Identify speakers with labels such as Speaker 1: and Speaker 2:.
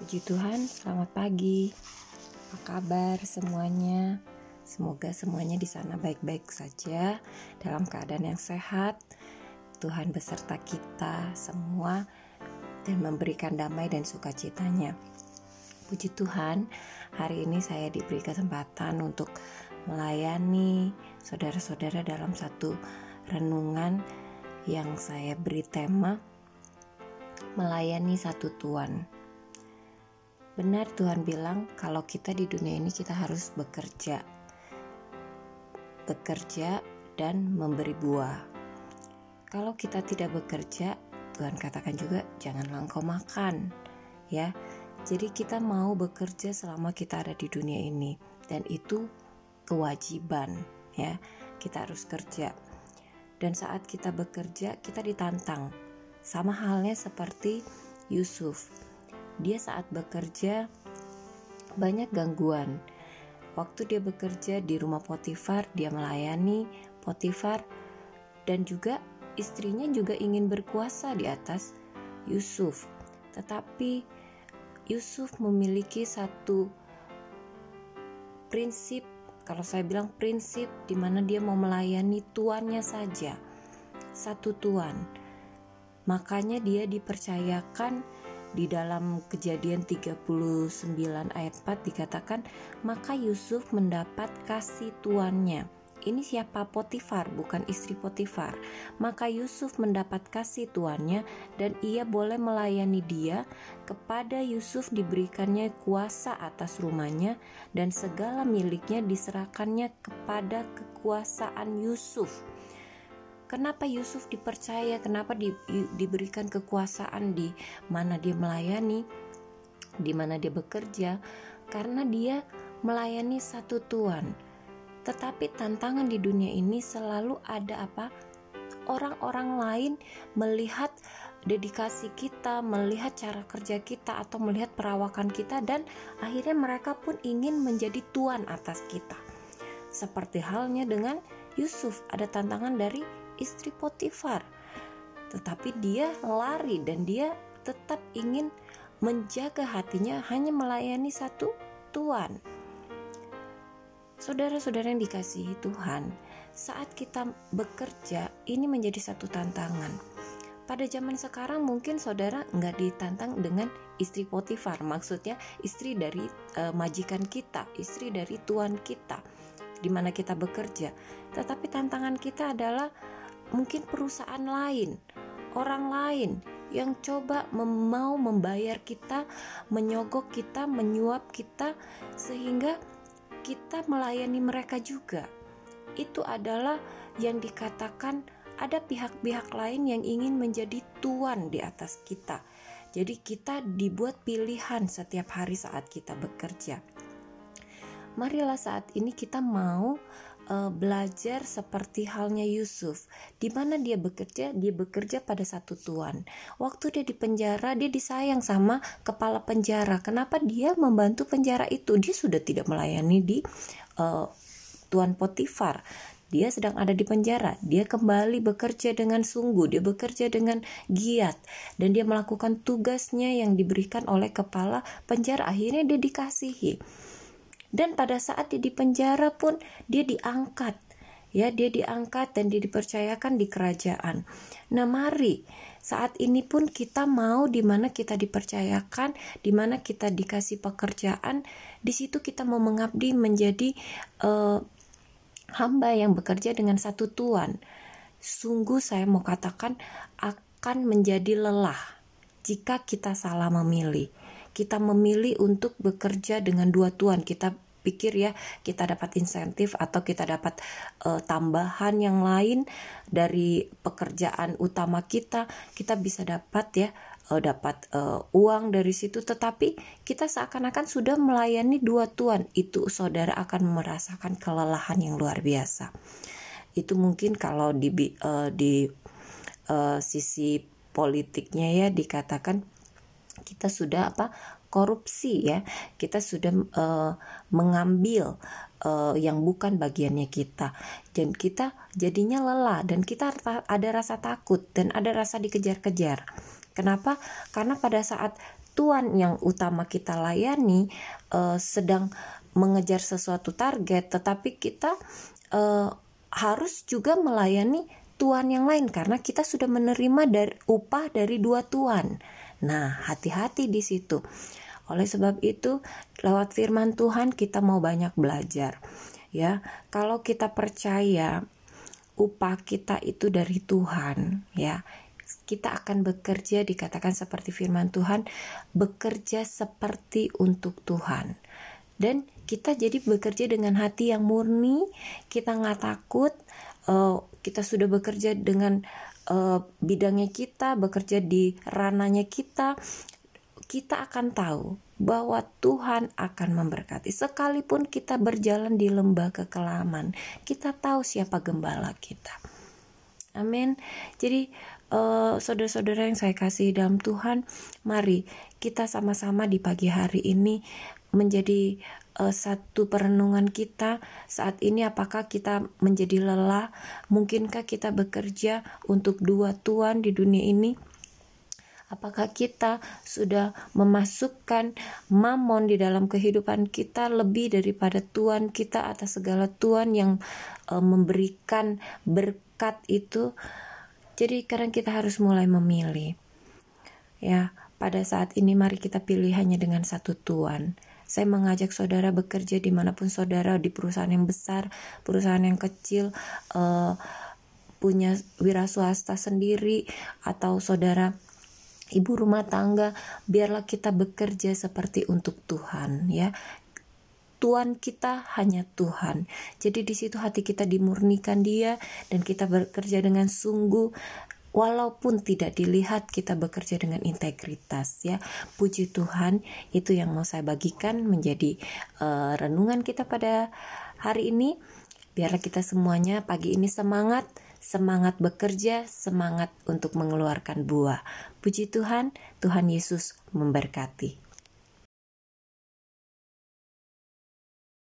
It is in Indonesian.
Speaker 1: Puji Tuhan, selamat pagi. Apa kabar semuanya? Semoga semuanya di sana baik-baik saja, dalam keadaan yang sehat. Tuhan beserta kita semua dan memberikan damai dan sukacitanya. Puji Tuhan, hari ini saya diberi kesempatan untuk melayani saudara-saudara dalam satu renungan yang saya beri tema melayani satu Tuhan. Benar Tuhan bilang kalau kita di dunia ini kita harus bekerja dan memberi buah. Kalau kita tidak bekerja, Tuhan katakan juga janganlah engkau makan, ya. Jadi kita mau bekerja selama kita ada di dunia ini, dan itu kewajiban, ya. Kita harus kerja. Dan saat kita bekerja, kita ditantang. Sama halnya seperti Yusuf. Dia saat bekerja banyak gangguan. Waktu dia bekerja di rumah Potifar, dia melayani Potifar, dan juga istrinya juga ingin berkuasa di atas Yusuf. Tetapi Yusuf memiliki satu prinsip, kalau saya bilang prinsip, di mana dia mau melayani tuannya saja, satu tuan. Makanya dia dipercayakan. Di dalam Kejadian 39 ayat 4 dikatakan, maka Yusuf mendapat kasih tuannya. Ini siapa? Potifar, bukan istri Potifar. Maka Yusuf mendapat kasih tuannya dan ia boleh melayani dia. Kepada Yusuf diberikannya kuasa atas rumahnya dan segala miliknya diserahkannya kepada kekuasaan Yusuf. Kenapa Yusuf dipercaya? Kenapa diberikan kekuasaan di mana dia melayani, di mana dia bekerja? Karena dia melayani satu Tuhan. Tetapi tantangan di dunia ini selalu ada apa? Orang-orang lain melihat dedikasi kita, melihat cara kerja kita, atau melihat perawakan kita, dan akhirnya mereka pun ingin menjadi tuan atas kita. Seperti halnya dengan Yusuf, ada tantangan dari istri Potifar, tetapi dia lari dan dia tetap ingin menjaga hatinya hanya melayani satu Tuhan. Saudara-saudara yang dikasihi Tuhan, saat kita bekerja ini menjadi satu tantangan. Pada zaman sekarang mungkin saudara nggak ditantang dengan istri Potifar, maksudnya istri dari majikan kita, istri dari tuan kita, di mana kita bekerja. Tetapi tantangan kita adalah mungkin perusahaan lain, orang lain yang coba mau membayar kita, menyogok kita, menyuap kita, sehingga kita melayani mereka juga. Itu adalah yang dikatakan ada pihak-pihak lain yang ingin menjadi tuan di atas kita. Jadi kita dibuat pilihan setiap hari saat kita bekerja. Marilah saat ini kita mau belajar seperti halnya Yusuf, di mana dia bekerja pada satu tuan. Waktu dia di penjara, dia disayang sama kepala penjara. Kenapa dia membantu penjara itu? Dia sudah tidak melayani di tuan Potifar. Dia sedang ada di penjara. Dia kembali bekerja dengan sungguh, dia bekerja dengan giat, dan dia melakukan tugasnya yang diberikan oleh kepala penjara. Akhirnya dia dikasihi. Dan pada saat dia di penjara pun dia diangkat, ya, dia diangkat dan dia dipercayakan di kerajaan. Nah, mari saat ini pun kita mau di mana kita dipercayakan, di mana kita dikasih pekerjaan, di situ kita mau mengabdi menjadi hamba yang bekerja dengan satu tuan. Sungguh saya mau katakan akan menjadi lelah jika kita salah memilih. Kita memilih untuk bekerja dengan dua tuan. Kita pikir ya kita dapat insentif atau kita dapat tambahan yang lain dari pekerjaan utama kita bisa dapat ya uang dari situ, tetapi kita seakan-akan sudah melayani dua tuan. Itu saudara akan merasakan kelelahan yang luar biasa. Itu mungkin kalau di sisi politiknya ya dikatakan kita sudah korupsi, ya, kita sudah mengambil yang bukan bagiannya kita, dan kita jadinya lelah, dan kita ada rasa takut dan ada rasa dikejar-kejar. Kenapa? Karena pada saat Tuhan yang utama kita layani sedang mengejar sesuatu target, tetapi kita harus juga melayani tuan yang lain karena kita sudah menerima upah dari dua tuan. Nah, hati-hati di situ. Oleh sebab itu, lewat firman Tuhan kita mau banyak belajar. Ya, kalau kita percaya upah kita itu dari Tuhan, ya, kita akan bekerja, dikatakan seperti firman Tuhan, bekerja seperti untuk Tuhan. Dan kita jadi bekerja dengan hati yang murni, kita nggak takut, kita sudah bekerja dengan bidangnya kita, bekerja di ranahnya kita akan tahu bahwa Tuhan akan memberkati. Sekalipun kita berjalan di lembah kekelaman, kita tahu siapa gembala kita. Amin. Jadi saudara-saudara yang saya kasih dalam Tuhan, mari kita sama-sama di pagi hari ini menjadi satu perenungan kita saat ini. Apakah kita menjadi lelah? Mungkinkah kita bekerja untuk dua tuan di dunia ini? Apakah kita sudah memasukkan mamon di dalam kehidupan kita lebih daripada Tuhan kita atas segala Tuhan yang memberikan berkat itu? Jadi kadang kita harus mulai memilih. Ya, pada saat ini mari kita pilih hanya dengan satu Tuhan. Saya mengajak saudara bekerja dimanapun saudara, di perusahaan yang besar, perusahaan yang kecil, punya wira swasta sendiri, atau saudara ibu rumah tangga, biarlah kita bekerja seperti untuk Tuhan, ya. Tuhan kita hanya Tuhan. Jadi di situ hati kita dimurnikan Dia dan kita bekerja dengan sungguh. Walaupun tidak dilihat, kita bekerja dengan integritas, ya. Puji Tuhan, itu yang mau saya bagikan menjadi renungan kita pada hari ini. Biarlah kita semuanya pagi ini semangat bekerja, semangat untuk mengeluarkan buah. Puji Tuhan, Tuhan Yesus memberkati.